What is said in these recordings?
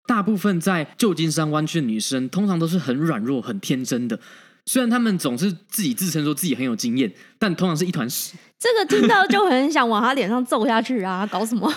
大部分在旧金山湾区的女生通常都是很软弱很天真的，虽然她们总是自己自称说自己很有经验，但通常是一团屎。 这个听到就很想往他脸上揍下去啊，搞什么？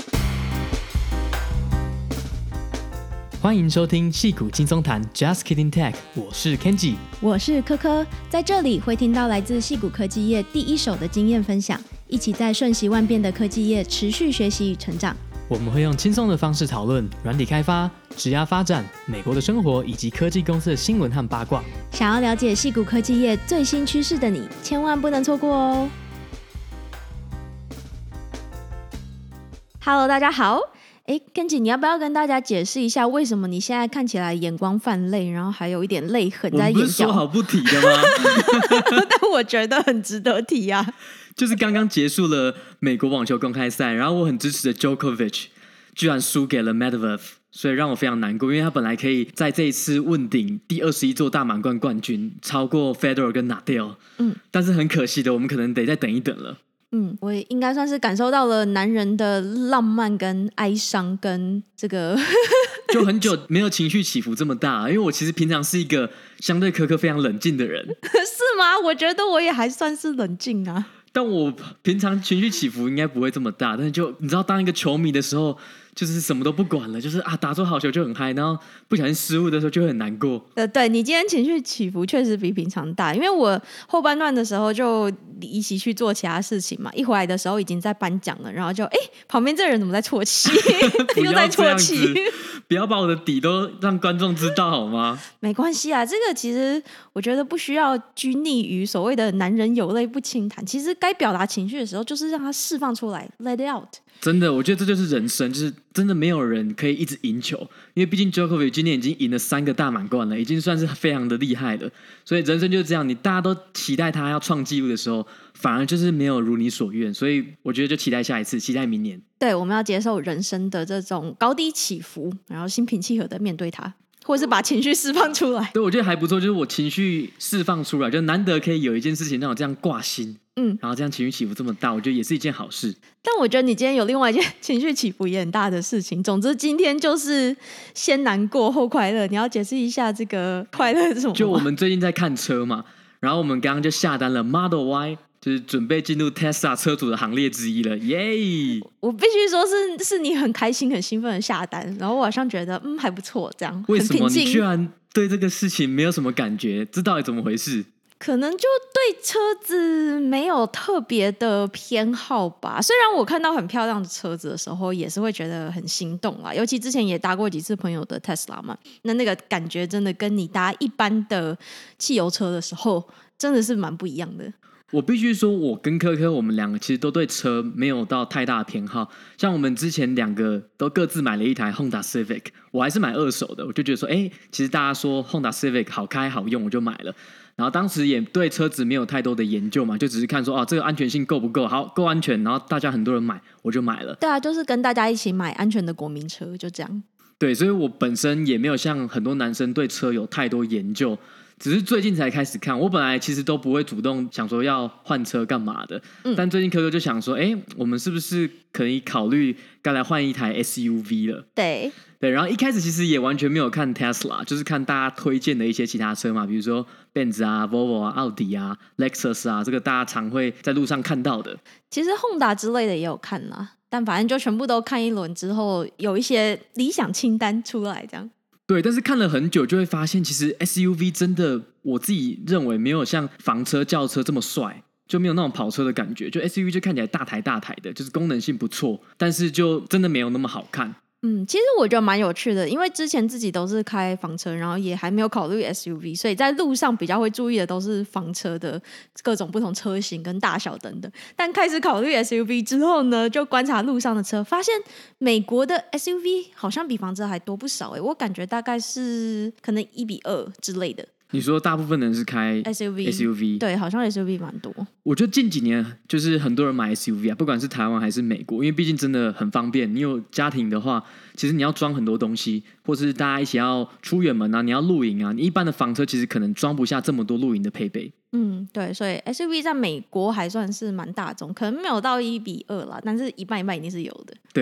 欢迎收听矽谷轻松谈 Just Kidding Tech， 我是 Kenji， 我是科科，在这里会听到来自矽谷科技业第一手的经验分享，一起在瞬息万变的科技业持续学习与成长。 我们会用轻松的方式讨论软体开发、职涯发展、美国的生活以及科技公司的新闻和八卦。 想要了解矽谷科技业最新趋势的你，千万不能错过哦。Hello， 大家好。Kenji， 你要不要跟大家解释一下，为什么你现在看起来眼光泛泪，然后还有一点泪痕在眼角？ 我不是说好不提的吗？ 但我觉得很值得提啊。 就是刚刚结束了美国网球公开赛，然后我很支持的 Djokovic 居然输给了 Medvedev， 所以让我非常难过，因为他本来可以在这一次问鼎第21座大满贯冠军，超过 Federer 跟 Nadal。但是很可惜的，我们可能得再等一等了。 我应该算是感受到了男人的浪漫跟哀伤跟这个就很久没有情绪起伏这么大，因为我其实平常是一个相对科科非常冷静的人。 是吗？我觉得我也还算是冷静啊， 但我平常情绪起伏应该不会这么大，但是就你知道当一个球迷的时候，就是什么都不管了，就是打出好球就很嗨，然后不小心失误的时候就会很难过。 对，你今天情绪起伏确实比平常大，因为我后半段的时候就离席去做其他事情嘛，一回来的时候已经在颁奖了，然后就旁边这人怎么在啜泣？又在啜泣。 不要把我的底都让观众知道好吗？ 没关系啊，这个其实我觉得不需要拘泥于所谓的男人有泪不轻弹，其实该表达情绪的时候就是让它释放出来 ，let it out。 真的，我觉得这就是人生，就是真的没有人可以一直赢球，因为毕竟 Djokovic 今年已经赢了3个大满贯了，已经算是非常的厉害了。所以人生就是这样，你大家都期待他要创纪录的时候，反而就是没有如你所愿。所以我觉得就期待下一次，期待明年。 对，我们要接受人生的这种高低起伏，然后心平气和的面对它，或者是把情绪释放出来。 对，我觉得还不错，就是我情绪释放出来，就难得可以有一件事情让我这样挂心。然后这样情绪起伏这么大，我觉得也是一件好事。 但我觉得你今天有另外一件情绪起伏也很大的事情。总之今天就是先难过后快乐，你要解释一下这个快乐是什么吗？ 就我们最近在看车嘛，然后我们刚刚就下单了 Model Y， 就是准备进入 Tesla 车主的行列之一了，耶！ 我必须说是你很开心很兴奋的下单，然后我好像觉得还不错，这样为什么很平静。 你居然对这个事情没有什么感觉？这到底怎么回事？ 可能就对车子没有特别的偏好吧，虽然我看到很漂亮的车子的时候也是会觉得很心动啦，尤其之前也搭过几次朋友的 Tesla 嘛，那个感觉真的跟你搭一般的汽油车的时候真的是蛮不一样的。 我必须说，我跟科科我们两个其实都对车没有到太大的偏好，像我们之前2个都各自买了一台 Honda Civic， 我还是买2手的，我就觉得说其实大家说 Honda Civic 好开好用，我就买了。然后当时也对车子没有太多的研究嘛，就只是看说这个安全性够不够，好够安全，然后大家很多人买，我就买了。 对啊，就是跟大家一起买安全的国民车，就这样。 对，所以我本身也没有像很多男生对车有太多研究，只是最近才开始看。我本来其实都不会主动想说要换车干嘛的，但最近科科就想说我们是不是可以考虑该来换一台 SUV 了。对，然后一开始其实也完全没有看 Tesla， 就是看大家推荐的一些其他车嘛，比如说 Benz 啊、Volvo 啊、奥迪啊、Lexus 啊，这个大家常会在路上看到的。 其实 Honda 之类的也有看啦，但反正就全部都看一轮之后，有一些理想清单出来这样。 对，但是看了很久就会发现，其实 SUV 真的我自己认为没有像房车、轿车这么帅，就没有那种跑车的感觉。就 SUV 就看起来大台大台的，就是功能性不错，但是就真的没有那么好看。 其实我觉得蛮有趣的，因为之前自己都是开房车，然后也还没有考虑 SUV， 所以在路上比较会注意的都是房车的各种不同车型跟大小等等。但开始考虑 SUV 之后呢，就观察路上的车，发现美国的 SUV 好像比房车还多不少我感觉大概是可能1:2之类的。 你说大部分人是开 SUV， 对，好像 SUV 蛮多。 我觉得近几年就是很多人买 SUV 不管是台湾还是美国，因为毕竟真的很方便。你有家庭的话，其实你要装很多东西，或是大家一起要出远门啊，你要露营啊，你一般的房车其实可能装不下这么多露营的配备。 对，所以 SUV 在美国还算是蛮大众，可能没有到1:2啦，但是一半一半一定是有的。 对，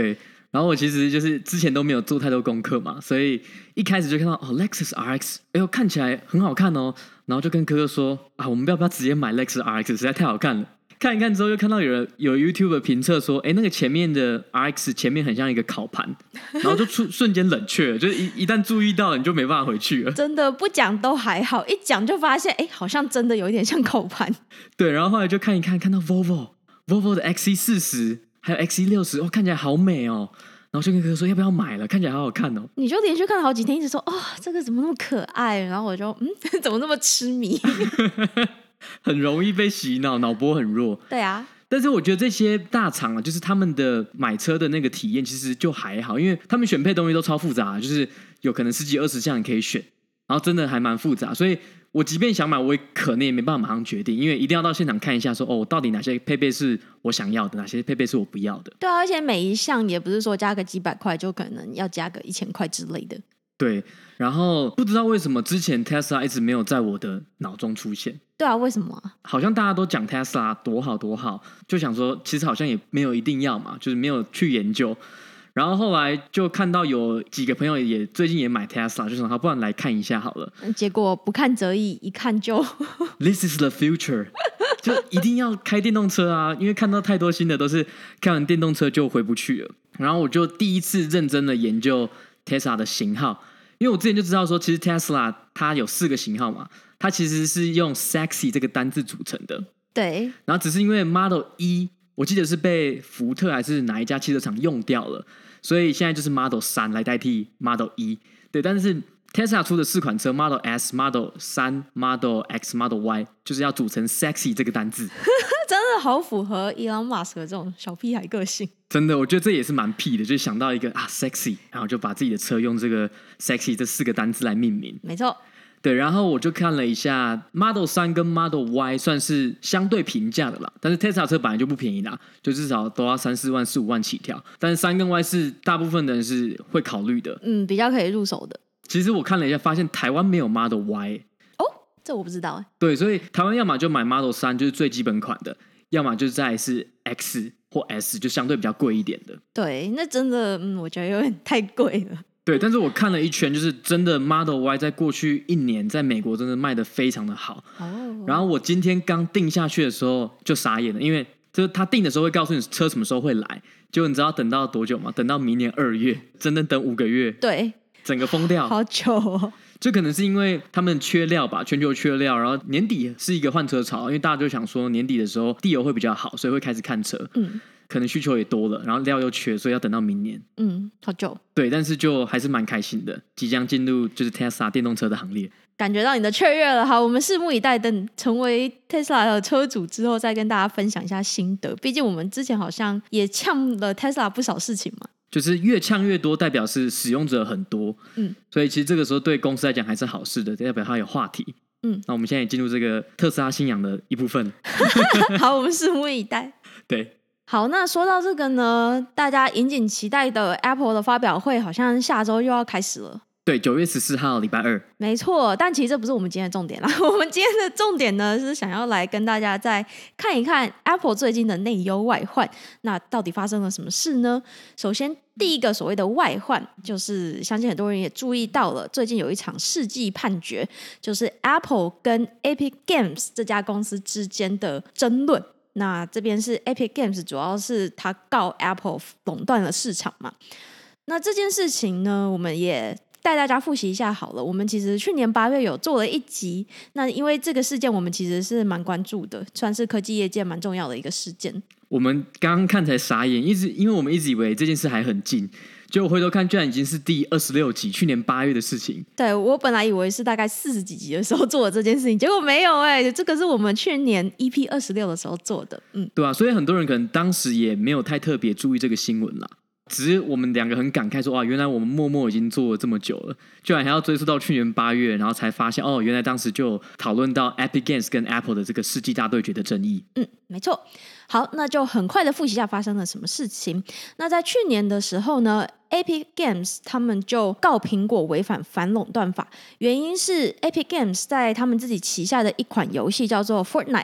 然后我其实就是之前都没有做太多功课嘛，所以一开始就看到Lexus RX， 哎呦看起来很好看哦，然后就跟哥哥说我们要不要直接买 Lexus RX， 实在太好看了。看一看之后，又看到有 YouTube 评测说，那个前面的 RX 前面很像一个烤盘，然后就瞬间冷却了，就是一旦注意到了，你就没办法回去了。 真的不讲都还好，一讲就发现，好像真的有一点像烤盘。 对，然后后来就看一看，看到 Volvo 的 XC40 还有 XC60，看起来好美哦。然后就跟哥哥说要不要买了，看起来好好看哦。 你就连续看了好几天，一直说这个怎么那么可爱，然后我就怎么那么痴迷。 很容易被洗脑，脑波很弱。 对啊， 但是我觉得这些大厂啊，就是他们的买车的那个体验其实就还好，因为他们选配东西都超复杂，就是有可能10几20项你可以选，然后真的还蛮复杂，所以我即便想买，我也可能也没办法马上决定，因为一定要到现场看一下说到底哪些配备是我想要的，哪些配备是我不要的。 对啊，而且每一项也不是说加个几百块就可能要加个1000块之类的。 对，然后不知道为什么之前 Tesla 一直没有在我的脑中出现。 对啊，为什么啊？ 好像大家都讲 Tesla 多好多好，就想说其实好像也没有一定要嘛，就是没有去研究。然后后来就看到有几个朋友也最近也买 Tesla， 就想不然来看一下好了。 结果不看则已，一看就 This is the future， 就一定要开电动车啊！因为看到太多新的都是开完电动车就回不去了。然后我就第一次认真的研究 Tesla 的型号，因为我之前就知道说，其实 Tesla 它有4个型号嘛，它其实是用 sexy 这个单字组成的。 对， 然后只是因为 Model E， 我记得是被福特还是哪一家汽车厂用掉了，所以现在就是 Model 3来代替 Model E。对，但是 Tesla 出的4款车 Model S、Model 3、Model X、Model Y 就是要组成 sexy 这个单字。 真的好符合 Elon Musk 的这种小屁孩个性。 真的，我觉得这也是蛮屁的，就想到一个sexy， 然后就把自己的车用这个 sexy 这4个单字来命名。 没错。 对，然后我就看了一下 Model 3跟 Model Y 算是相对平价的啦，但是 Tesla 车本来就不便宜啦，就至少都要3、4万、4、5万起跳，但是3跟 Y 是大部分的人是会考虑的， 比较可以入手的。 其实我看了一下，发现台湾没有 Model Y。 这我不知道。 对，所以台湾要么就买 Model 3，就是最基本款的，要么就再来是 X 或 S， 就相对比较贵一点的。 对，那真的我觉得有点太贵了。 对，但是我看了一圈，就是真的 Model Y 在过去1年在美国真的卖得非常的好。然后我今天刚定下去的时候就傻眼了，因为就是他定的时候会告诉你车什么时候会来，结果你知道等到多久吗？等到明年2月，真的等5个月。 对， 整个疯掉， 好久哦。 这可能是因为他们缺料吧，全球缺料，然后年底是一个换车潮，因为大家就想说年底的时候地油会比较好，所以会开始看车。可能需求也多了，然后料又缺，所以要等到明年。 好久。 对，但是就还是蛮开心的，即将进入就是 Tesla 电动车的行列。 感觉到你的雀跃了。好，我们拭目以待，等成为 Tesla 的车主之后，再跟大家分享一下心得。毕竟我们之前好像也呛了 Tesla 不少事情嘛。 就是越呛越多，代表是使用者很多。所以其实这个时候对公司来讲还是好事的，代表它有话题。那我们现在也进入这个特斯拉信仰的一部分。 好，我们拭目以待。 对。 好，那说到这个呢，大家引颈期待的 Apple 的发表会好像下周又要开始了。 对，9月14号礼拜2。 没错，但其实这不是我们今天的重点啦。我们今天的重点呢，是想要来跟大家再看一看 Apple 最近的内忧外患。那到底发生了什么事呢？首先，第一个所谓的外患，就是相信很多人也注意到了，最近有一场世纪判决，就是 Apple 跟 Epic Games 这家公司之间的争论。那这边是 Epic Games， 主要是他告 Apple 垄断了市场嘛。那这件事情呢，我们也带大家复习一下好了。我们其实去年8月有做了一集，那因为这个事件我们其实是蛮关注的，算是科技业界蛮重要的一个事件。我们刚刚看才傻眼，因为我们一直以为这件事还很近，结果回头看居然已经是第26集，去年8月的事情。 对，我本来以为是大概40几集的时候做的这件事情，结果没有这个是我们去年 EP26 的时候做的。 对啊，所以很多人可能当时也没有太特别注意这个新闻啦。只是我们2个很感慨说，哇，原来我们默默已经做了这么久了，居然还要追溯到去年8月，然后才发现原来当时就有讨论到 Epic Games 跟 Apple 的这个世纪大对决的争议。 没错。好，那就很快的复习一下发生了什么事情。那在去年的时候呢， Epic Games 他们就告苹果违反反垄断法，原因是 Epic Games 在他们自己旗下的一款游戏叫做 Fortnite，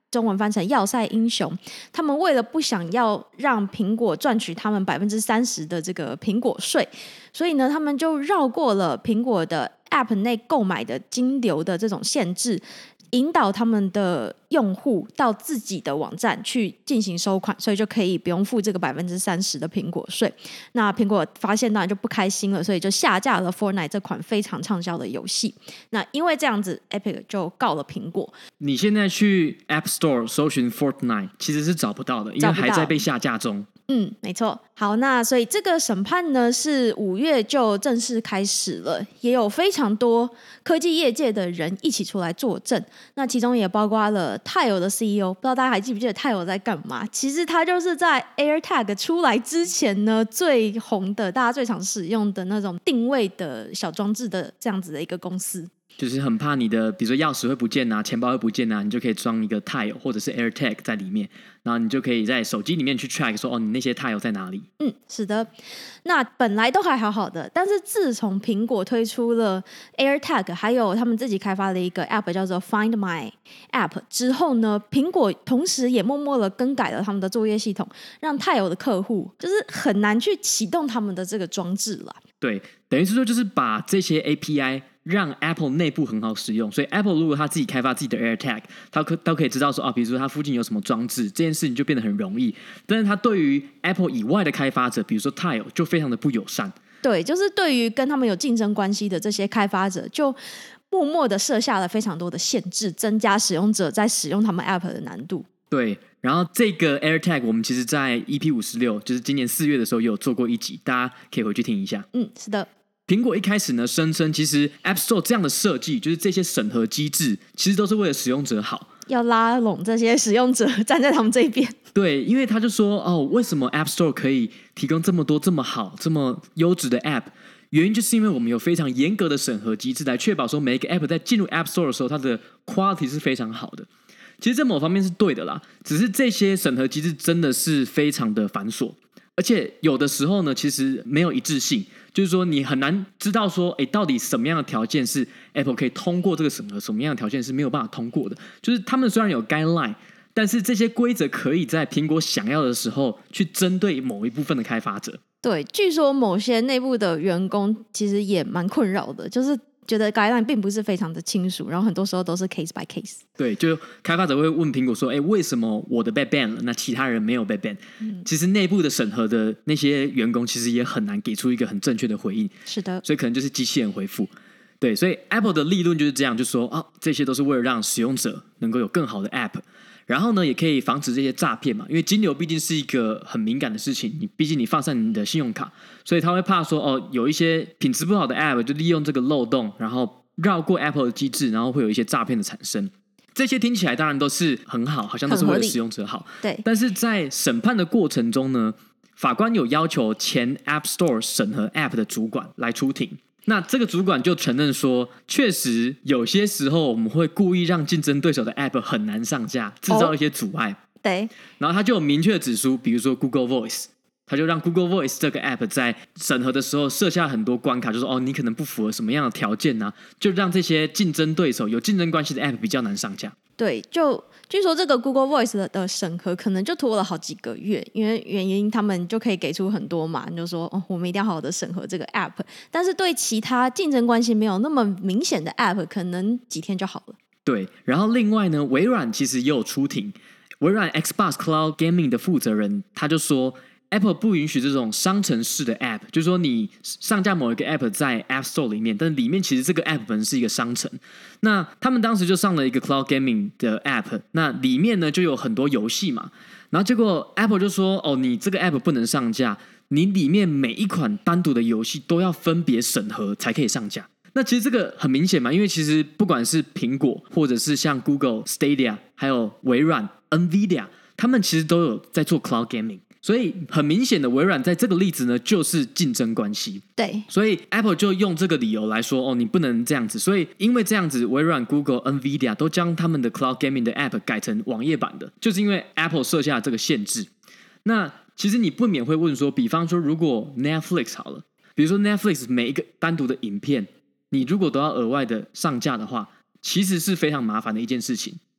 中文翻成要塞英雄，他们为了不想要让苹果赚取他们30%的这个苹果税，所以呢，他们就绕过了苹果的 App 内购买的金流的这种限制，引导他们的用户到自己的网站去进行收款，所以就可以不用付这个30%的苹果税。那苹果发现当然就不开心了，所以就下架了 Fortnite 这款非常畅销的游戏。那因为这样子 Epic 就告了苹果。 你现在去 App Store 搜寻 Fortnite 其实是找不到的，因为还在被下架中。 没错。好，那所以这个审判呢是5月就正式开始了，也有非常多科技业界的人一起出来作证。那其中也包括了Tile 的 CEO， 不知道大家还记不记得 Tile 在干嘛？其实他就是在 AirTag 出来之前呢最红的，大家最常使用的那种定位的小装置的这样子的一个公司。 就是很怕你的，比如说钥匙会不见啊，钱包会不见啊，你就可以装一个 Tile 或者是 AirTag 在里面，然后你就可以在手机里面去 track 说，哦，你那些 Tile 在哪里。 是的。那本来都还好好的，但是自从苹果推出了 AirTag， 还有他们自己开发的一个 App 叫做 Find My App 之后呢，苹果同时也默默的更改了他们的作业系统，让Tile的客户就是很难去启动他们的这个装置了。 对，等于是说就是把这些 API让 Apple 内部很好使用，所以 Apple 如果他自己开发自己的 AirTag， 他都可以知道说比如说他附近有什么装置，这件事情就变得很容易。但是他对于 Apple 以外的开发者，比如说 Tile 就非常的不友善。 对，就是对于跟他们有竞争关系的这些开发者，就默默的设下了非常多的限制，增加使用者在使用他们 App 的难度。 对，然后这个 AirTag 我们其实在 EP56 就是今年4月的时候也有做过一集，大家可以回去听一下。 是的。 苹果一开始呢声称，其实 App Store 这样的设计，就是这些审核机制，其实都是为了使用者好， 要拉拢这些使用者站在他们这一边。 对，因为他就说为什么 App Store 可以提供这么多这么好这么优质的 App， 原因就是因为我们有非常严格的审核机制，来确保说每一个 App 在进入 App Store 的时候，它的 quality 是非常好的。其实在某方面是对的啦，只是这些审核机制真的是非常的繁琐，而且有的时候呢，其实没有一致性，就是说你很难知道说，到底什么样的条件是 Apple 可以通过这个审核，什么样的条件是没有办法通过的。就是他们虽然有 guideline， 但是这些规则可以在苹果想要的时候去针对某一部分的开发者。 对，据说某些内部的员工其实也蛮困扰的，就是觉得 guideline 并不是非常的清楚，然后很多时候都是 case by case。 对，就开发者会问苹果说，为什么我的被 ban 了，那其他人没有被 ban？其实内部的审核的那些员工其实也很难给出一个很正确的回应。 是的， 所以可能就是机器人回复。对，所以 Apple 的立论就是这样，就说这些都是为了让使用者能够有更好的 App， 然后呢也可以防止这些诈骗嘛，因为金流毕竟是一个很敏感的事情，毕竟你放上你的信用卡，所以他会怕说有一些品质不好的 App 就利用这个漏洞，然后绕过 Apple 的机制，然后会有一些诈骗的产生。这些听起来当然都是很好，好像都是为了使用者好。 对， 但是在审判的过程中呢，法官有要求前 App Store 审核 App 的主管来出庭。那这个主管就承认说，确实有些时候我们会故意让竞争对手的 App 很难上架，制造一些阻碍。 对， 然后他就有明确的指出，比如说 Google Voice， 他就让 Google Voice 这个 App 在审核的时候设下很多关卡，就说你可能不符合什么样的条件啊，就让这些竞争对手有竞争关系的 App 比较难上架。 对，就据说这个 Google Voice 的审核可能就拖了好几个月，因为原因他们就可以给出很多嘛，就说我们一定要好好的审核这个 App， 但是对其他竞争关系没有那么明显的 App， 可能几天就好了。 对，然后另外呢，微软其实也有出庭，微软 Xbox Cloud Gaming 的负责人他就说， Apple 不允许这种商城式的 App， 就是说你上架某一个 App 在 App Store 里面，但是里面其实这个 App 本身是一个商城。那他们当时就上了一个 Cloud Gaming 的 App， 那里面呢就有很多游戏嘛，然后结果 Apple 就说，你这个 App 不能上架，你里面每一款单独的游戏都要分别审核才可以上架。那其实这个很明显嘛，因为其实不管是苹果或者是像 Google Stadia 还有微软 NVIDIA， 他们其实都有在做 Cloud Gaming， 所以很明显的微软在这个例子呢就是竞争关系。 对， 所以 Apple 就用这个理由来说，你不能这样子。所以因为这样子，微软 Google NVIDIA 都将他们的 Cloud Gaming 的 App 改成网页版的，就是因为 Apple 设下这个限制。那其实你不免会问说，比方说如果 Netflix 好了，比如说 Netflix 每一个单独的影片你如果都要额外的上架的话，其实是非常麻烦的一件事情。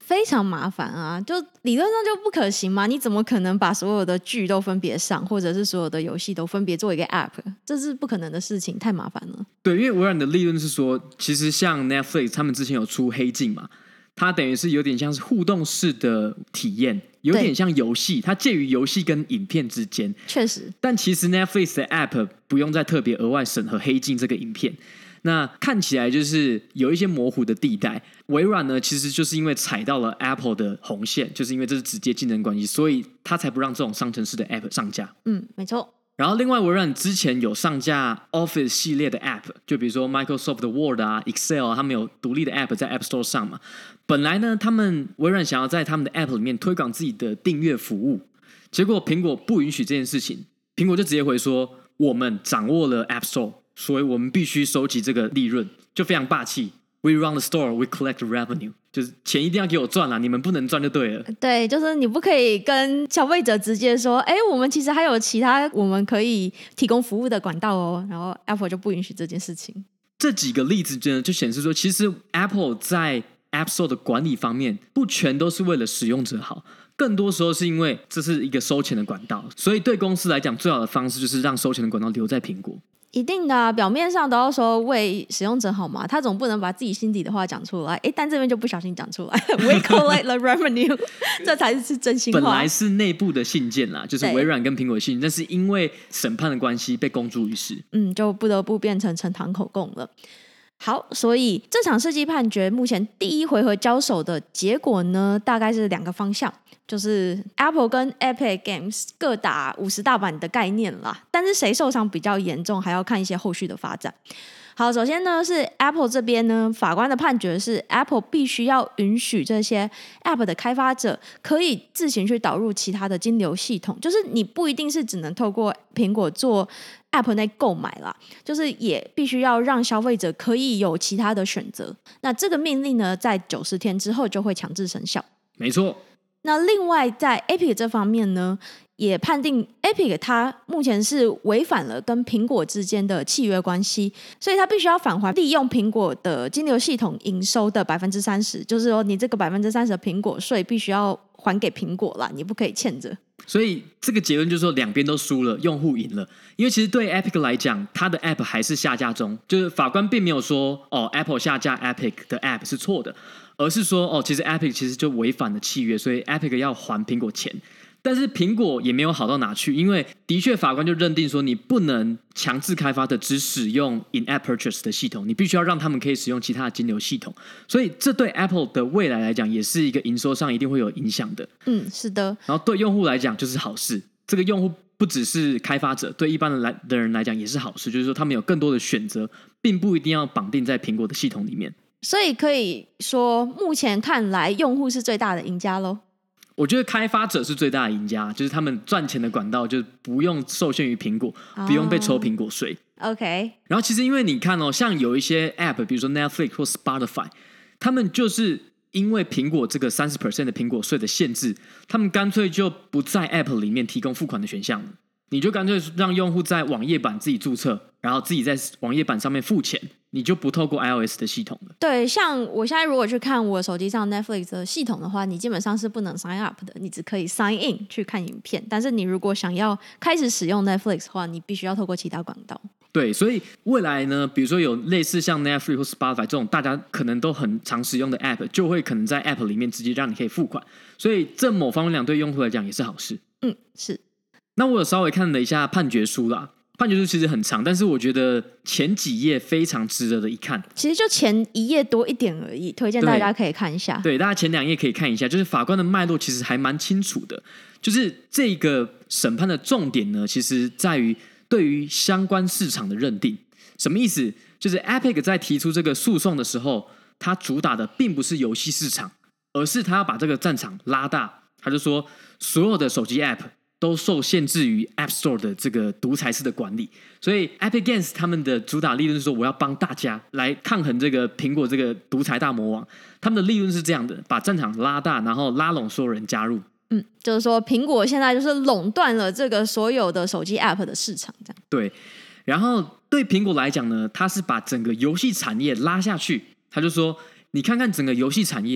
非常麻烦啊，就理论上就不可行嘛，你怎么可能把所有的剧都分别上，或者是所有的游戏都分别做一个 app， 这是不可能的事情，太麻烦了。 对，因为微软的利润是说，其实像 Netflix 他们之前有出黑镜嘛，它等于是有点像是互动式的体验，有点像游戏，它介于游戏跟影片之间。 确实， 但其实 Netflix 的 app 不用再特别额外审核黑镜这个影片，那看起来就是有一些模糊的地带。微软呢，其实就是因为踩到了 Apple 的红线，就是因为这是直接竞争关系，所以它才不让这种商城式的 app 上架。 没错。 然后另外微软之前有上架 Office 系列的 app， 就比如说 Microsoft 的 Word 啊 Excel 啊，他们有独立的 app 在 App Store 上嘛。本来呢，他们微软想要在他们的 app 里面推广自己的订阅服务，结果苹果不允许这件事情，苹果就直接回说我们掌握了 App Store， 所以我们必须收集这个利润，就非常霸气。We run the store, we collect the revenue， 就是钱一定要给我赚啦，你们不能赚就对了。 对，就是你不可以跟消费者直接说，我们其实还有其他我们可以提供服务的管道哦，然后 Apple 就不允许这件事情。 这几个例子就显示说，其实 Apple 在 App Store 的管理方面，不全都是为了使用者好，更多时候是因为这是一个收钱的管道，所以对公司来讲，最好的方式就是让收钱的管道留在苹果。 一定的啊，表面上都要说为使用者好嘛，他总不能把自己心底的话讲出来，但这边就不小心讲出来We collect the revenue 这才是真心话。 本来是内部的信件啦，就是微软跟苹果的信件，但是因为审判的关系被公诸于世， 就不得不变成呈堂口供了。好，所以这场世纪判决目前第一回合交手的结果呢，大概是两个方向，就是 Apple 跟 Epic Games 各打50大板的概念啦，但是谁受伤比较严重，还要看一些后续的发展。好，首先呢是 Apple 这边呢，法官的判决是 Apple 必须要允许这些 App 的开发者可以自行去导入其他的金流系统，就是你不一定是只能透过苹果做 App 内购买啦，就是也必须要让消费者可以有其他的选择。那这个命令呢，在90天之后就会强制生效。 没错。 那另外在 Epic 这方面呢，也判定 Epic 它目前是违反了跟苹果之间的契约关系，所以它必须要返还利用苹果的金流系统营收的30%，就是说你这个30%的苹果税必须要还给苹果啦，你不可以欠着。 所以这个结论就是说两边都输了，用户赢了。因为其实对 Epic 来讲，它的 App 还是下架中，就是法官并没有说Apple 下架 Epic 的 App 是错的，而是说其实 Epic 其实就违反了契约，所以 Epic 要还苹果钱。但是苹果也没有好到哪去，因为的确法官就认定说你不能强制开发的只使用 in-app purchase 的系统，你必须要让他们可以使用其他的金流系统，所以这对 Apple 的未来来讲也是一个营收上一定会有影响的。 是的。 然后对用户来讲就是好事，这个用户不只是开发者，对一般的人来讲也是好事，就是说他们有更多的选择，并不一定要绑定在苹果的系统里面。 所以可以说目前看来用户是最大的赢家咯。 我觉得开发者是最大的赢家，就是他们赚钱的管道就是不用受限于苹果，不用被抽苹果税。 OK。 然后其实因为你看像有一些 App， 比如说 Netflix 或 Spotify， 他们就是因为苹果这个30% 的苹果税的限制，他们干脆就不在 App 里面提供付款的选项了。你就干脆让用户在网页版自己注册，然后自己在网页版上面付钱，你就不透过 iOS 的系统了。 对，像我现在如果去看我手机上 Netflix 的系统的话，你基本上是不能 sign up 的，你只可以 sign in 去看影片。但是你如果想要开始使用 Netflix 的话，你必须要透过其他管道。 对，所以未来呢，比如说有类似像 Netflix 或 Spotify 这种大家可能都很常使用的 App， 就会可能在 App 里面直接让你可以付款，所以这某方面讲对用户来讲也是好事。 是。 那我有稍微看了一下判决书啦，判决书其实很长，但是我觉得前几页非常值得的一看。 其实就前一页多一点而已，推荐大家可以看一下。 对，大家前2页可以看一下，就是法官的脉络其实还蛮清楚的。就是这个审判的重点呢，其实在于对于相关市场的认定。什么意思？就是 Epic 在提出这个诉讼的时候，他主打的并不是游戏市场，而是他要把这个战场拉大。他就说，所有的手机 App都受限制于 App Store 的这个独裁式的管理，所以 Epic Games 他们的主打利润是说，我要帮大家来抗衡这个苹果这个独裁大魔王。他们的利润是这样的，把战场拉大，然后拉拢所有人加入。 就是说苹果现在就是垄断了这个所有的手机 App 的市场，这样。 对，然后对苹果来讲呢，它是把整个游戏产业拉下去。他就说，你看看整个游戏产业，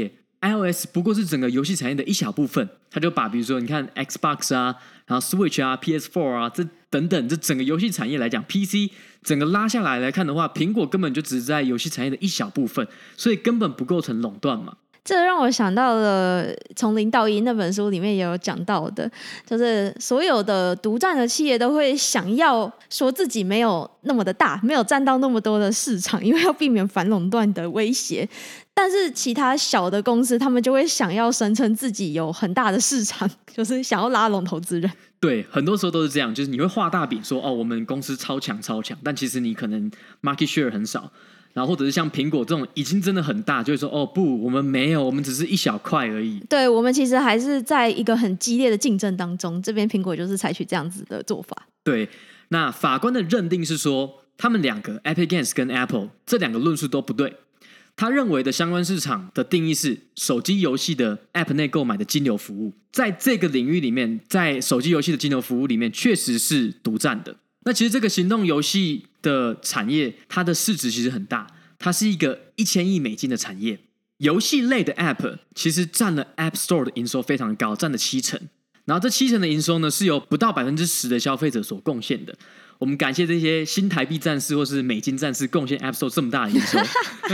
iOS 不过是整个游戏产业的一小部分，他就把比如说你看 Xbox 啊，然后 Switch 啊 PS4 啊这等等这整个游戏产业来讲 PC 整个拉下来看的话，苹果根本就只是在游戏产业的一小部分，所以根本不构成垄断嘛。 这让我想到了《从零到一》那本书里面也有讲到的，就是所有的独占的企业都会想要说自己没有那么的大，没有占到那么多的市场，因为要避免反垄断的威胁。但是其他小的公司他们就会想要声称自己有很大的市场，就是想要拉拢投资人。 对，很多时候都是这样，就是你会画大饼说哦，我们公司超强超强，但其实你可能 market share 很少。然后或者是像苹果这种已经真的很大，就会说哦不，我们没有，我们只是一小块而已。 对，我们其实还是在一个很激烈的竞争当中，这边苹果就是采取这样子的做法。 对，那法官的认定是说，他们两个 Epic Games 跟 Apple 这两个论述都不对。他认为的相关市场的定义是手机游戏的 App 内购买的金流服务，在这个领域里面，在手机游戏的金流服务里面，确实是独占的。那其实这个行动游戏的产业，它的市值其实很大，它是一个1000亿美金的产业。游戏类的 App 其实占了 App Store 的营收非常高，占了70%。然后这70%的营收呢，是由不到10%的消费者所贡献的。我们感谢这些新台币战士或是美金战士贡献 App Store 这么大的营收。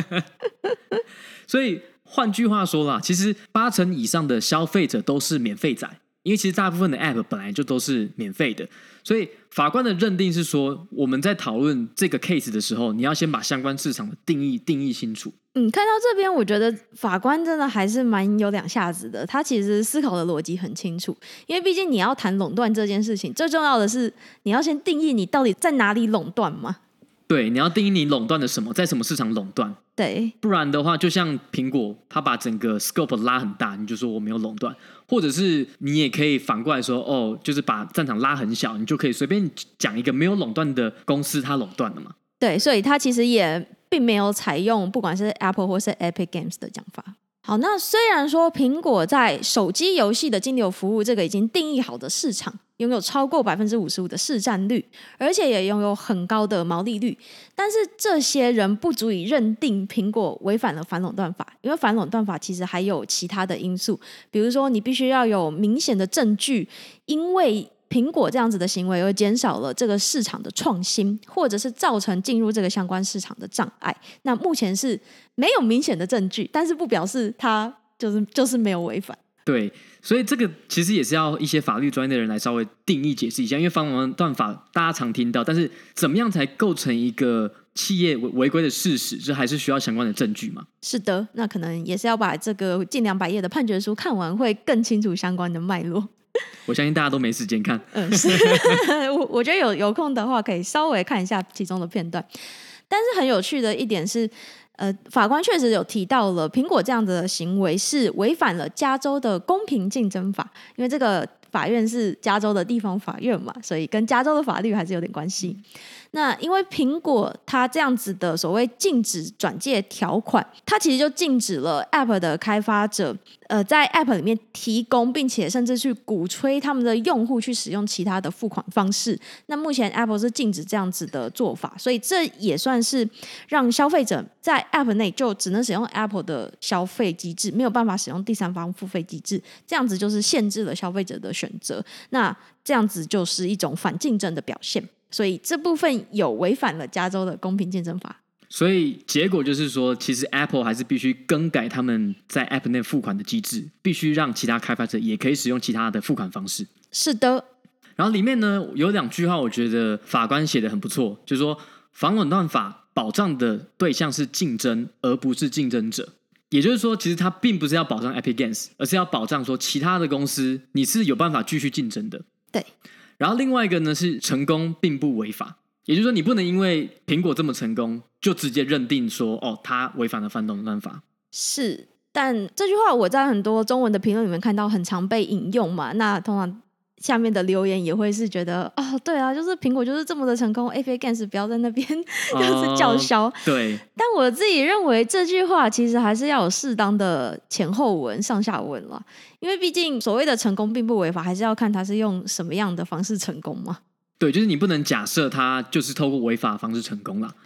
所以换句话说啦，其实80%以上的消费者都是免费仔。因为其实大部分的 App 本来就都是免费的，所以法官的认定是说，我们在讨论这个 case 的时候，你要先把相关市场的定义清楚。 看到这边，我觉得法官真的还是蛮有两下子的。他其实思考的逻辑很清楚，因为毕竟你要谈垄断这件事情，最重要的是你要先定义你到底在哪里垄断嘛。 对，你要定义你垄断的什么，在什么市场垄断。 对， 不然的话，就像苹果，它把整个 scope 拉很大，你就说我没有垄断，或者是你也可以反过来说，哦，就是把战场拉很小，你就可以随便讲一个没有垄断的公司，它垄断了嘛。 对，所以它其实也并没有采用不管是 Apple 或是 Epic Games 的讲法。好，那虽然说苹果在手机游戏的金流服务这个已经定义好的市场拥有超过55%的市占率，而且也拥有很高的毛利率，但是这些人不足以认定苹果违反了反垄断法，因为反垄断法其实还有其他的因素，比如说你必须要有明显的证据，因为苹果这样子的行为而减少了这个市场的创新，或者是造成进入这个相关市场的障碍。那目前是没有明显的证据，但是不表示它就是没有违反。 对，所以这个其实也是要一些法律专业的人来稍微定义解释一下，因为反垄断法大家常听到，但是怎么样才构成一个企业违规的事实，这还是需要相关的证据嘛。 是的，那可能也是要把这个近200页的判决书看完，会更清楚相关的脉络。 我相信大家都没时间看。 是我觉得有空的话可以稍微看一下其中的片段。但是很有趣的一点是，法官确实有提到了苹果这样的行为是违反了加州的公平竞争法，因为这个法院是加州的地方法院嘛，所以跟加州的法律还是有点关系。那因为苹果它这样子的所谓禁止转介条款，它其实就禁止了 App 的开发者在 App 里面提供并且甚至去鼓吹他们的用户去使用其他的付款方式。那目前 Apple 是禁止这样子的做法，所以这也算是让消费者在 App 内就只能使用 Apple 的消费机制，没有办法使用第三方付费机制，这样子就是限制了消费者的选择。那这样子就是一种反竞争的表现，所以这部分有违反了加州的公平竞争法。 所以结果就是说，其实 Apple 还是必须更改他们在 App 内付款的机制，必须让其他开发者也可以使用其他的付款方式。 是的。 然后里面呢有2句话，我觉得法官写得很不错，就是说反垄断法保障的对象是竞争，而不是竞争者。也就是说，其实它并不是要保障 Epic Games， 而是要保障说其他的公司你是有办法继续竞争的。 对。 然后另外一个呢是成功并不违法，也就是说你不能因为苹果这么成功就直接认定说哦它违反了反垄断法。 是，但这句话我在很多中文的评论里面看到很常被引用嘛，那通常下面的留言也会是觉得哦对啊，就是苹果就是这么的成功 Epic Games 不要在那边就是叫嚣。 对， 但我自己认为这句话其实还是要有适当的前后文上下文了，因为毕竟所谓的成功并不违法，还是要看他是用什么样的方式成功嘛。 对，就是你不能假设他就是透过违法的方式成功啦。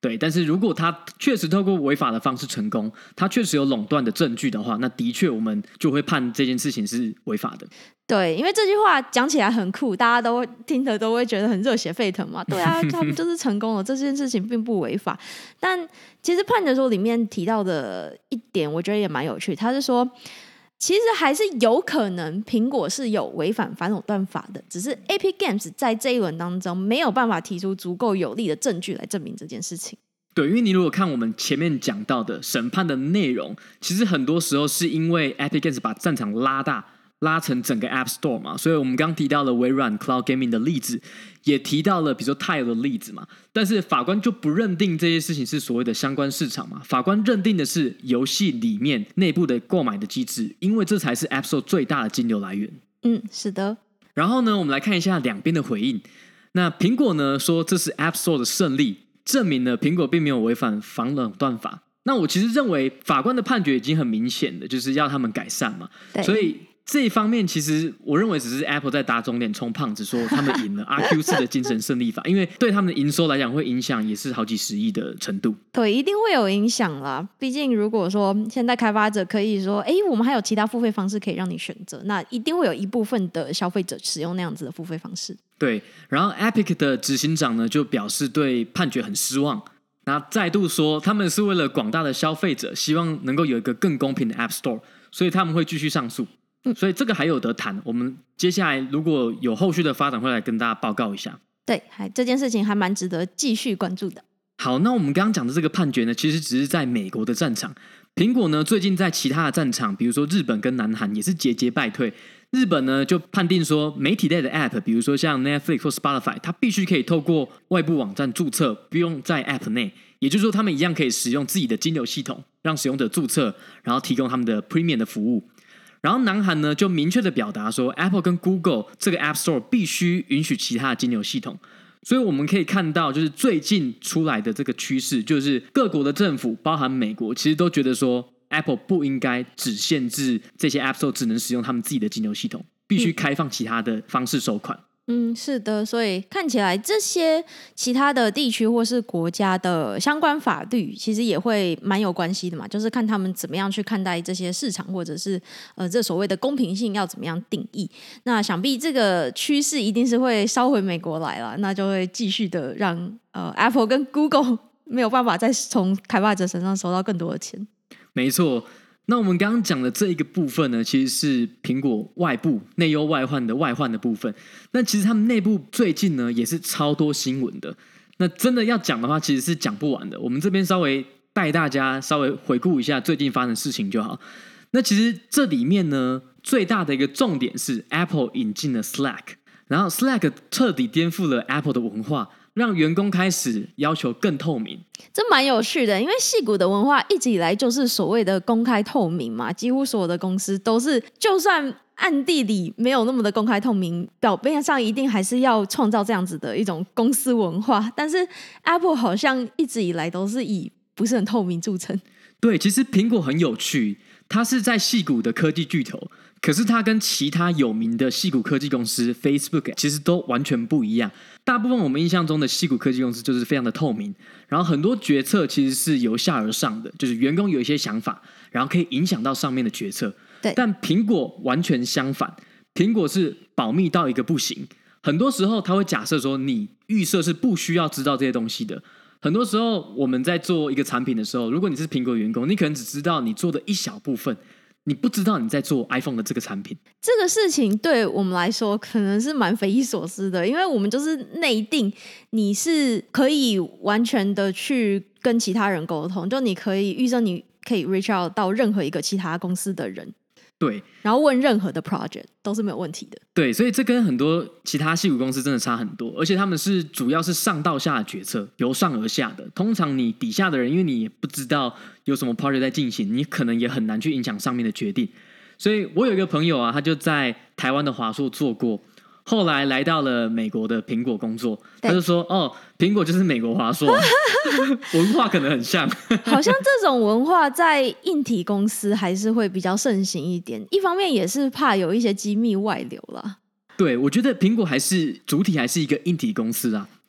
对，但是如果他确实透过违法的方式成功，他确实有垄断的证据的话，那的确我们就会判这件事情是违法的。 对，因为这句话讲起来很酷，大家都听得都会觉得很热血沸腾嘛。对啊，他们就是成功了，这件事情并不违法。但其实判决书里面提到的一点，我觉得也蛮有趣，他是说，其实还是有可能苹果是有违反反垄断法的，只是 Epic Games 在这一轮当中没有办法提出足够有力的证据来证明这件事情。 对，因为你如果看我们前面讲到的审判的内容，其实很多时候是因为 Epic Games 把战场拉大，拉成整个 App Store 嘛，所以我们刚提到了微软 Cloud Gaming 的例子，也提到了比如说 Tile 的例子嘛，但是法官就不认定这些事情是所谓的相关市场嘛，法官认定的是游戏里面内部的购买的机制，因为这才是 App Store 最大的金流来源。 是的。 然后呢，我们来看一下两边的回应。那苹果呢说这是 App Store 的胜利，证明了苹果并没有违反反垄断法。那我其实认为法官的判决已经很明显的，就是要他们改善嘛，所以这一方面其实我认为只是 Apple 在打肿脸充胖子，说他们赢了 RQ4 的精神胜利法，因为对他们的营收来讲会影响也是好几十亿的程度。 对，一定会有影响啦。毕竟如果说现在开发者可以说，我们还有其他付费方式可以让你选择，那一定会有一部分的消费者使用那样子的付费方式。 对，然后 Epic 的执行长呢就表示对判决很失望，那再度说他们是为了广大的消费者，希望能够有一个更公平的 App Store， 所以他们会继续上诉。所以这个还有得谈，我们接下来如果有后续的发展会来跟大家报告一下。 对，这件事情还蛮值得继续关注的。 好，那我们刚刚讲的这个判决呢，其实只是在美国的战场。苹果呢，最近在其他的战场，比如说日本跟南韩也是节节败退。日本呢就判定说，媒体类的 App， 比如说像 Netflix 或 Spotify， 它必须可以透过外部网站注册，不用在 App 内。也就是说，他们一样可以使用自己的金流系统，让使用者注册，然后提供他们的 Premium 的服务。然后南韩呢就明确的表达说 Apple 跟 Google 这个 App Store 必须允许其他的金流系统。所以我们可以看到就是最近出来的这个趋势，就是各国的政府包含美国其实都觉得说 Apple 不应该只限制这些 App Store 只能使用他们自己的金流系统，必须开放其他的方式收款。 是的，所以看起来这些其他的地区或是国家的相关法律其实也会蛮有关系的嘛，就是看他们怎么样去看待这些市场，或者是这所谓的公平性要怎么样定义。那想必这个趋势一定是会烧回美国来了，那就会继续的让Apple 跟 Google 没有办法再从开发者身上收到更多的钱。 没错，那我们刚刚讲的这一个部分呢，其实是苹果外部内忧外患的外患的部分。那其实他们内部最近呢也是超多新闻的。那真的要讲的话，其实是讲不完的。我们这边稍微带大家稍微回顾一下最近发生的事情就好。那其实这里面呢，最大的一个重点是 Apple 引进了 Slack， 然后 Slack 彻底颠覆了 Apple 的文化，让员工开始要求更透明。 这蛮有趣的，因为矽谷的文化一直以来就是所谓的公开透明嘛，几乎所有的公司都是，就算暗地里没有那么的公开透明，表面上一定还是要创造这样子的一种公司文化。但是 Apple 好像一直以来都是以不是很透明著称。 对，其实苹果很有趣，它是在矽谷的科技巨头，可是它跟其他有名的矽谷科技公司 Facebook 其实都完全不一样。大部分我们印象中的矽谷科技公司就是非常的透明，然后很多决策其实是由下而上的，就是员工有一些想法，然后可以影响到上面的决策。 对， 但苹果完全相反，苹果是保密到一个不行。很多时候他会假设说你预设是不需要知道这些东西的。很多时候我们在做一个产品的时候，如果你是苹果员工，你可能只知道你做的一小部分，你不知道你在做 iPhone 的这个产品。 这个事情对我们来说可能是蛮匪夷所思的，因为我们就是内定你是可以完全的去跟其他人沟通，就你可以预设你可以 reach out 到任何一个其他公司的人， 对， 然后问任何的 project 都是没有问题的。 对，所以这跟很多其他矽谷公司真的差很多，而且他们是主要是上到下的决策，由上而下的。通常你底下的人，因为你也不知道有什么 project 在进行，你可能也很难去影响上面的决定。所以我有一个朋友啊，他就在台湾的华硕做过，后来来到了美国的苹果工作，他就说：“哦，苹果就是美国华硕，文化可能很像。” 好像这种文化在硬体公司还是会比较盛行一点，一方面也是怕有一些机密外流啦。 对，我觉得苹果还是主体还是一个硬体公司啊，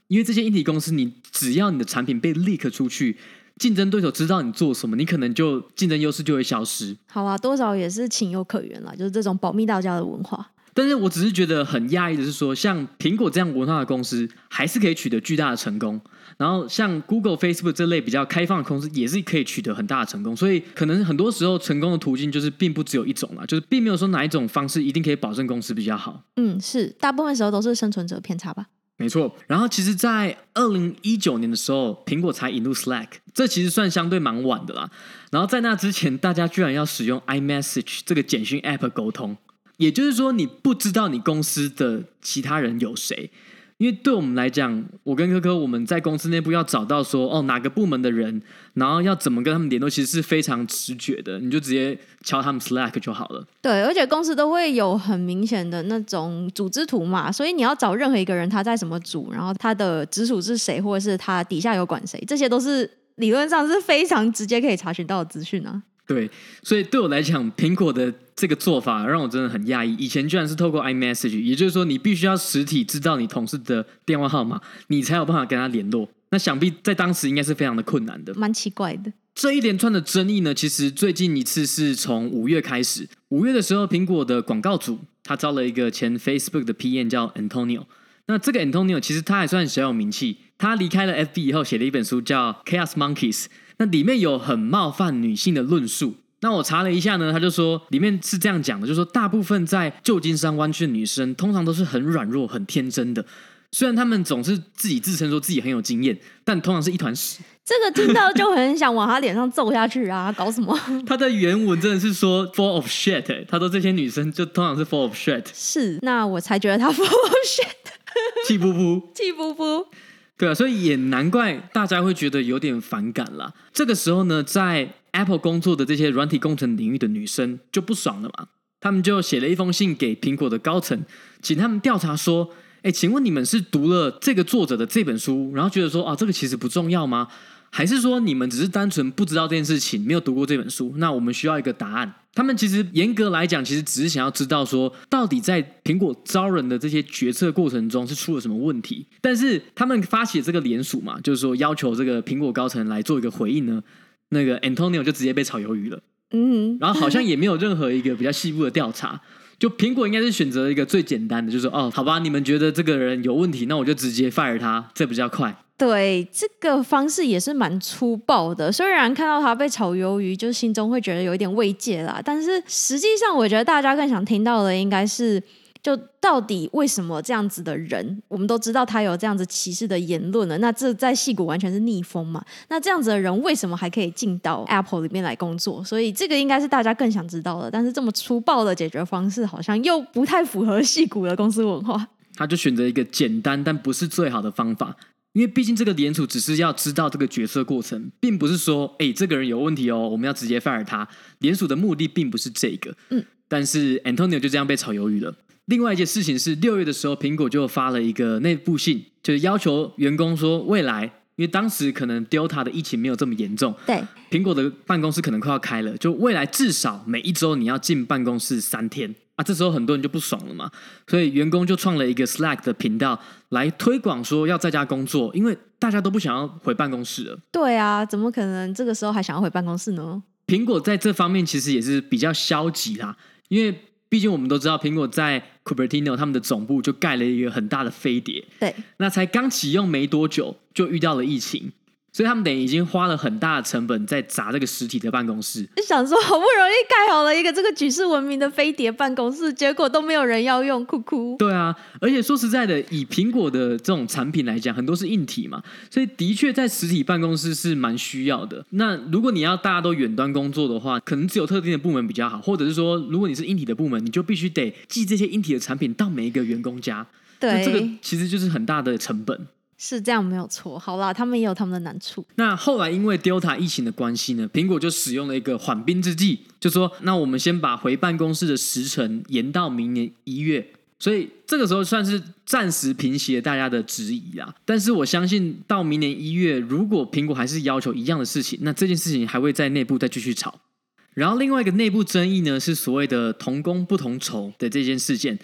因为这些硬体公司，你只要你的产品被 leak 出去，竞争对手知道你做什么，你可能就竞争优势就会消失。 好啊，多少也是情有可原啦，就是这种保密大家的文化。 但是我只是觉得很讶异的是说，像苹果这样文化的公司还是可以取得巨大的成功，然后像 Google、Facebook 这类比较开放的公司也是可以取得很大的成功，所以可能很多时候成功的途径就是并不只有一种啦，就是并没有说哪一种方式一定可以保证公司比较好。 是大部分时候都是生存者偏差吧。 没错，然后其实在2019年的时候，苹果才引入 Slack， 这其实算相对蛮晚的啦。然后在那之前，大家居然要使用 iMessage 这个简讯 App 沟通，也就是说你不知道你公司的其他人有谁。因为对我们来讲，我跟科科我们在公司内部要找到说哪个部门的人，然后要怎么跟他们联络，其实是非常直觉的，你就直接敲他们 Slack 就好了。 对，而且公司都会有很明显的那种组织图嘛，所以你要找任何一个人他在什么组，然后他的直属是谁，或者是他底下有管谁，这些都是理论上是非常直接可以查询到的资讯啊。 对，所以对我来讲，苹果的这个做法让我真的很讶异。以前居然是透过 iMessage， 也就是说你必须要实体知道你同事的电话号码，你才有办法跟他联络。那想必在当时应该是非常的困难的， 蛮奇怪的。 这一连串的争议呢，其实最近一次是从5月开始。5月的时候，苹果的广告组他招了一个前 Facebook 的 PM 叫 Antonio。那这个 Antonio 其实他还算小有名气，他离开了 FB 以后写了一本书叫 Chaos Monkeys， 那里面有很冒犯女性的论述。那我查了一下呢，他就说里面是这样讲的，就是说大部分在旧金山湾区的女生通常都是很软弱很天真的，虽然他们总是自己自称说自己很有经验，但通常是一团屎。 这个听到就很想往他脸上揍下去啊！搞什么？ 他的原文真的是说 full of shit，他说这些女生就通常是 full of shit。 是，那我才觉得他 full of shit， 气噗噗， 气噗噗。 对啊，所以也难怪大家会觉得有点反感啦。这个时候呢，在 Apple 工作的这些软体工程领域的女生就不爽了嘛，他们就写了一封信给苹果的高层，请他们调查说，请问你们是读了这个作者的这本书，然后觉得说这个其实不重要吗？还是说你们只是单纯不知道这件事情，没有读过这本书？那我们需要一个答案。他们其实严格来讲，其实只是想要知道说，到底在苹果招人的这些决策过程中是出了什么问题。但是他们发起这个联署嘛，就是说要求这个苹果高层来做一个回应呢，那个 Antonio 就直接被炒鱿鱼了。然后好像也没有任何一个比较细部的调查。就苹果应该是选择一个最简单的，就是说好吧，你们觉得这个人有问题，那我就直接 fire 他，这比较快。 对，这个方式也是蛮粗暴的。虽然看到他被炒鱿鱼，就心中会觉得有一点慰藉啦，但是实际上我觉得大家更想听到的应该是，就到底为什么这样子的人，我们都知道他有这样子歧视的言论了，那这在矽谷完全是逆风嘛？那这样子的人为什么还可以进到 Apple 里面来工作？所以这个应该是大家更想知道的。但是这么粗暴的解决方式，好像又不太符合矽谷的公司文化。 他就选择一个简单但不是最好的方法。因为毕竟这个联署只是要知道这个决策过程，并不是说这个人有问题哦，我们要直接 fire 他。联署的目的并不是这个。但是 Antonio 就这样被炒鱿鱼了。另外一件事情是6月的时候，苹果就发了一个内部信，就是要求员工说，未来因为当时可能 Delta 的疫情没有这么严重， 对， 苹果的办公室可能快要开了，就未来至少每一周你要进办公室3天啊。这时候很多人就不爽了嘛，所以员工就创了一个 Slack 的频道来推广说要在家工作，因为大家都不想要回办公室了。 对啊，怎么可能这个时候还想要回办公室呢？ 苹果在这方面其实也是比较消极啦，因为毕竟我们都知道苹果在 Cupertino 他们的总部就盖了一个很大的飞碟， 对， 那才刚启用没多久就遇到了疫情，所以他们等于已经花了很大的成本在砸这个实体的办公室。 就想说好不容易盖好了一个这个举世闻名的飞碟办公室，结果都没有人要用，哭哭。 对啊，而且说实在的，以苹果的这种产品来讲，很多是硬体嘛，所以的确在实体办公室是蛮需要的。那如果你要大家都远端工作的话，可能只有特定的部门比较好，或者是说如果你是硬体的部门，你就必须得寄这些硬体的产品到每一个员工家。 对， 那这个其实就是很大的成本。 是这样没有错。好啦，他们也有他们的难处。 那后来因为 Delta 疫情的关系呢，苹果就使用了一个缓兵之计，就说那我们先把回办公室的时程延到明年1月，所以这个时候算是暂时平息了大家的质疑啦。但是我相信到明年1月，如果苹果还是要求一样的事情，那这件事情还会在内部再继续吵。然后另外一个内部争议呢，是所谓的同工不同酬的这件事件。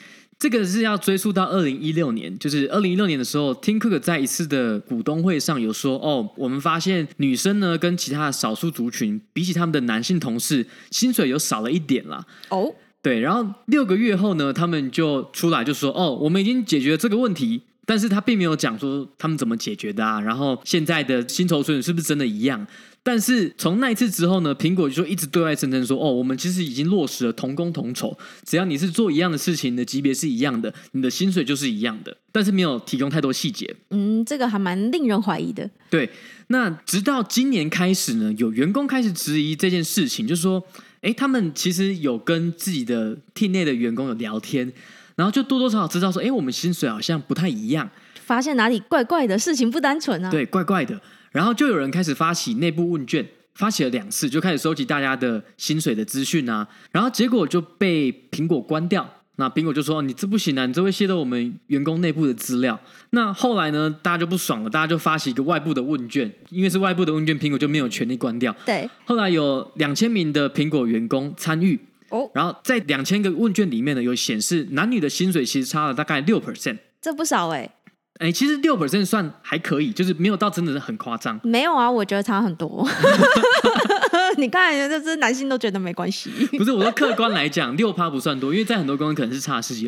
这个是要追溯到2016年，就是2016年的时候 Tim Cook 在一次的股东会上有说，我们发现女生呢跟其他的少数族群比起他们的男性同事薪水有少了一点啦。对，然后6个月后呢，他们就出来就说，我们已经解决了这个问题，但是他并没有讲说他们怎么解决的啊，然后现在的薪酬水准是不是真的一样。但是从那一次之后呢，苹果就一直对外声称说，我们其实已经落实了同工同酬，只要你是做一样的事情，你的级别是一样的，你的薪水就是一样的，但是没有提供太多细节。 这个还蛮令人怀疑的。 对，那直到今年开始呢，有员工开始质疑这件事情，就是说他们其实有跟自己的 team 内的员工有聊天，然后就多多少少知道说，我们薪水好像不太一样， 发现哪里怪怪的，事情不单纯啊。 对，怪怪的。然后就有人开始发起内部问卷，发起了2次，就开始收集大家的薪水的资讯啊，然后结果就被苹果关掉。那苹果就说，你这不行啊，你这会泄露我们员工内部的资料。那后来呢，大家就不爽了，大家就发起一个外部的问卷，因为是外部的问卷，苹果就没有权利关掉。 对，后来有2000名的苹果员工参与，然后在2000个问卷里面呢，有显示男女的薪水其实差了大概 6%， 这不少其实 6% 算还可以，就是没有到真的是很夸张。 没有啊，我觉得差很多。你看，这男性都觉得没关系。 不是，我说客观来讲，6% 不算多，因为在很多公司可能是差10几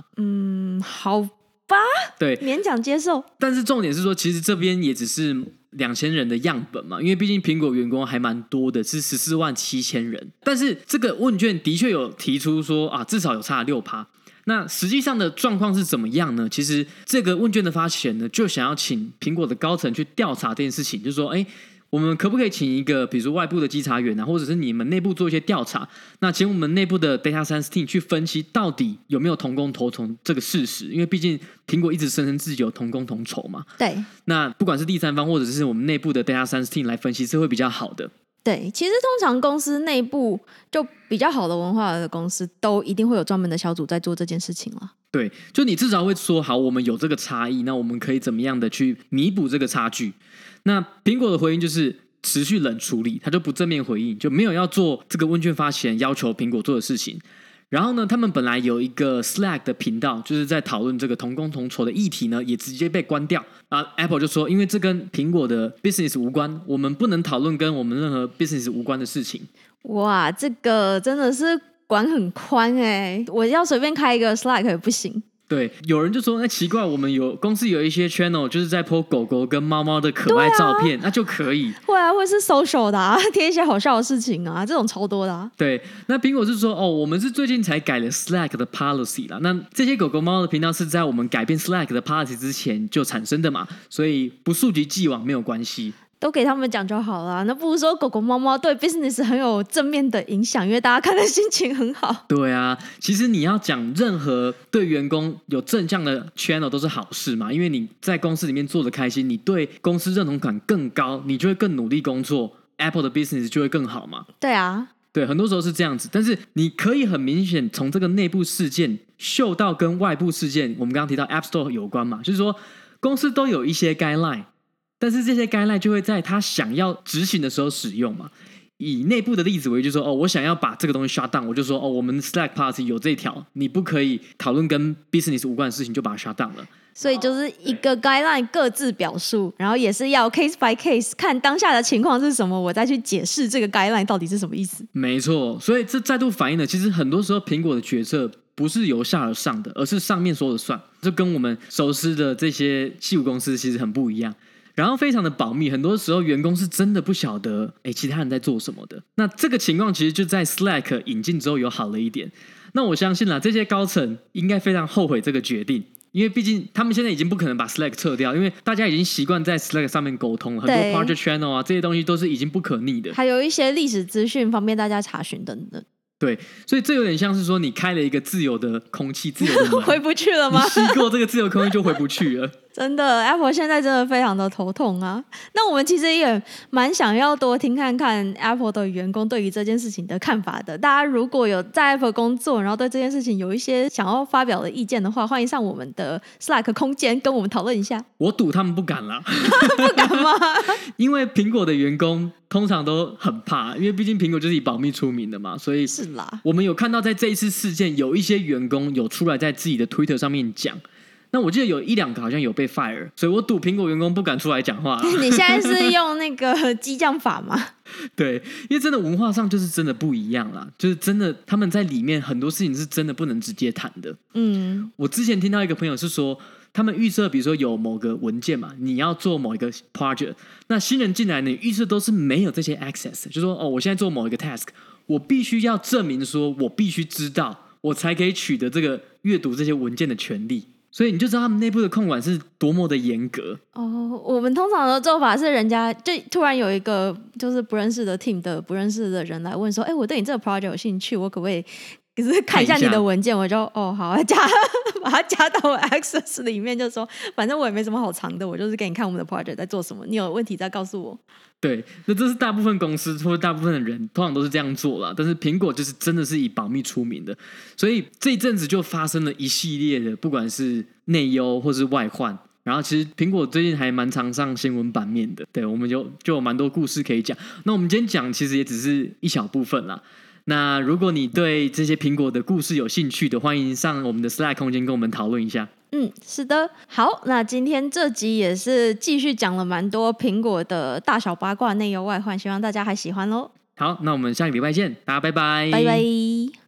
20%。好吧， 对， 勉强接受。 但是重点是说，其实这边也只是2000人的样本嘛，因为毕竟苹果员工还蛮多的，是147000人。但是这个问卷的确有提出说至少有差了 6%。那实际上的状况是怎么样呢？其实这个问卷的发起人呢，就想要请苹果的高层去调查这件事情，就是说，我们可不可以请一个比如说外部的稽查员啊，或者是你们内部做一些调查，那请我们内部的 Data Science Team 去分析到底有没有同工同酬这个事实，因为毕竟苹果一直声称自己有同工同酬嘛。 对， 那不管是第三方或者是我们内部的 Data Science Team 来分析是会比较好的。 对，其实通常公司内部就比较好的文化的公司，都一定会有专门的小组在做这件事情了。 对，就你至少会说，好，我们有这个差异，那我们可以怎么样的去弥补这个差距？那苹果的回应就是持续冷处理，他就不正面回应，就没有要做这个问卷发起人要求苹果做的事情。然后呢，他们本来有一个 Slack 的频道，就是在讨论这个同工同酬的议题呢，也直接被关掉。Apple 就说，因为这跟苹果的 business 无关，我们不能讨论跟我们任何 business 无关的事情。 哇，这个真的是管很宽我要随便开一个 Slack 也不行。 对，有人就说，奇怪，我们公司有一些 channel 就是在 po 狗狗跟猫猫的可爱照片，那就可以。 会啊，会是 social 的贴一些好笑的事情啊，这种超多的对，那苹果是说，我们是最近才改了 Slack 的 policy 啦。那这些狗狗猫猫的频道是在我们改变 Slack 的 policy 之前就产生的嘛，所以不溯及既往没有关系。 都给他们讲就好了，那不如说狗狗猫猫对 business 很有正面的影响，因为大家看的心情很好。 对啊，其实你要讲任何对员工有正向的 channel 都是好事嘛，因为你在公司里面做的开心，你对公司认同感更高，你就会更努力工作， Apple 的 business 就会更好嘛。 对啊， 对，很多时候是这样子，但是你可以很明显从这个内部事件嗅到跟外部事件，我们刚刚提到 App Store 有关嘛，就是说公司都有一些 guideline，但是这些 guideline 就会在他想要执行的时候使用嘛。以内部的例子为例，就说我想要把这个东西 shut down， 我就说我们 Slack policy 有这一条，你不可以讨论跟 business 无关的事情，就把它 shut down 了。 所以就是一个 guideline 各自表述，然后也是要 case by case 看当下的情况是什么，我再去解释这个 guideline 到底是什么意思。 没错，所以这再度反映了，其实很多时候苹果的决策不是由下而上的，而是上面说了算，就跟我们熟悉的这些矽谷公司其实很不一样。然后非常的保密，很多时候员工是真的不晓得其他人在做什么的。那这个情况其实就在 Slack 引进之后有好了一点。那我相信啦，这些高层应该非常后悔这个决定，因为毕竟他们现在已经不可能把 Slack 撤掉，因为大家已经习惯在 Slack 上面沟通了，很多 project channel 啊这些东西都是已经不可逆的， 还有一些历史资讯方便大家查询等等。 对，所以这有点像是说你开了一个自由的空气，自由的门回不去了吗？ 你吸过这个自由空气就回不去了。 真的 Apple 现在真的非常的头痛啊。那我们其实也蛮想要多听看看 Apple 的员工对于这件事情的看法的。大家如果有在 Apple 工作，然后对这件事情有一些想要发表的意见的话，欢迎上我们的 Slack 空间跟我们讨论一下。 我赌他们不敢啦。 不敢吗？ 因为苹果的员工通常都很怕，因为毕竟苹果就是以保密出名的嘛，所以是啦。 我们有看到在这一次事件，有一些员工有出来在自己的 Twitter 上面讲。那我记得有1-2个好像有被 fire， 所以我赌苹果员工不敢出来讲话。 你现在是用那个激将法吗？ 对，因为真的文化上就是真的不一样啦，就是真的他们在里面很多事情是真的不能直接谈的。我之前听到一个朋友是说，他们预设比如说有某个文件嘛，你要做某一个 project， 那新人进来呢，预设都是没有这些 access， 就说我现在做某一个 task， 我必须要证明说我必须知道，我才可以取得这个阅读这些文件的权利。所以你就知道他们内部的控管是多么的严格。 我们通常的做法是，人家就突然有一个就是不认识的 team 的不认识的人来问说，我对你这个 project 有兴趣，我可不可以看一下你的文件？我就好，把它加到我 Access 里面，就说反正我也没什么好藏的，我就是给你看我们的 project 在做什么，你有问题再告诉我。 对，那这是大部分公司或者大部分的人通常都是这样做啦，但是苹果就是真的是以保密出名的，所以这一阵子就发生了一系列的不管是内忧或是外患，然后其实苹果最近还蛮常上新闻版面的。对，我们就有蛮多故事可以讲，那我们今天讲其实也只是一小部分啦。那如果你对这些苹果的故事有兴趣的，欢迎上我们的 Slack 空间跟我们讨论一下。 是的。好，那今天这集也是继续讲了蛮多苹果的大小八卦内忧外患，希望大家还喜欢咯。 好，那我们下个礼拜见，大家拜拜。 拜拜。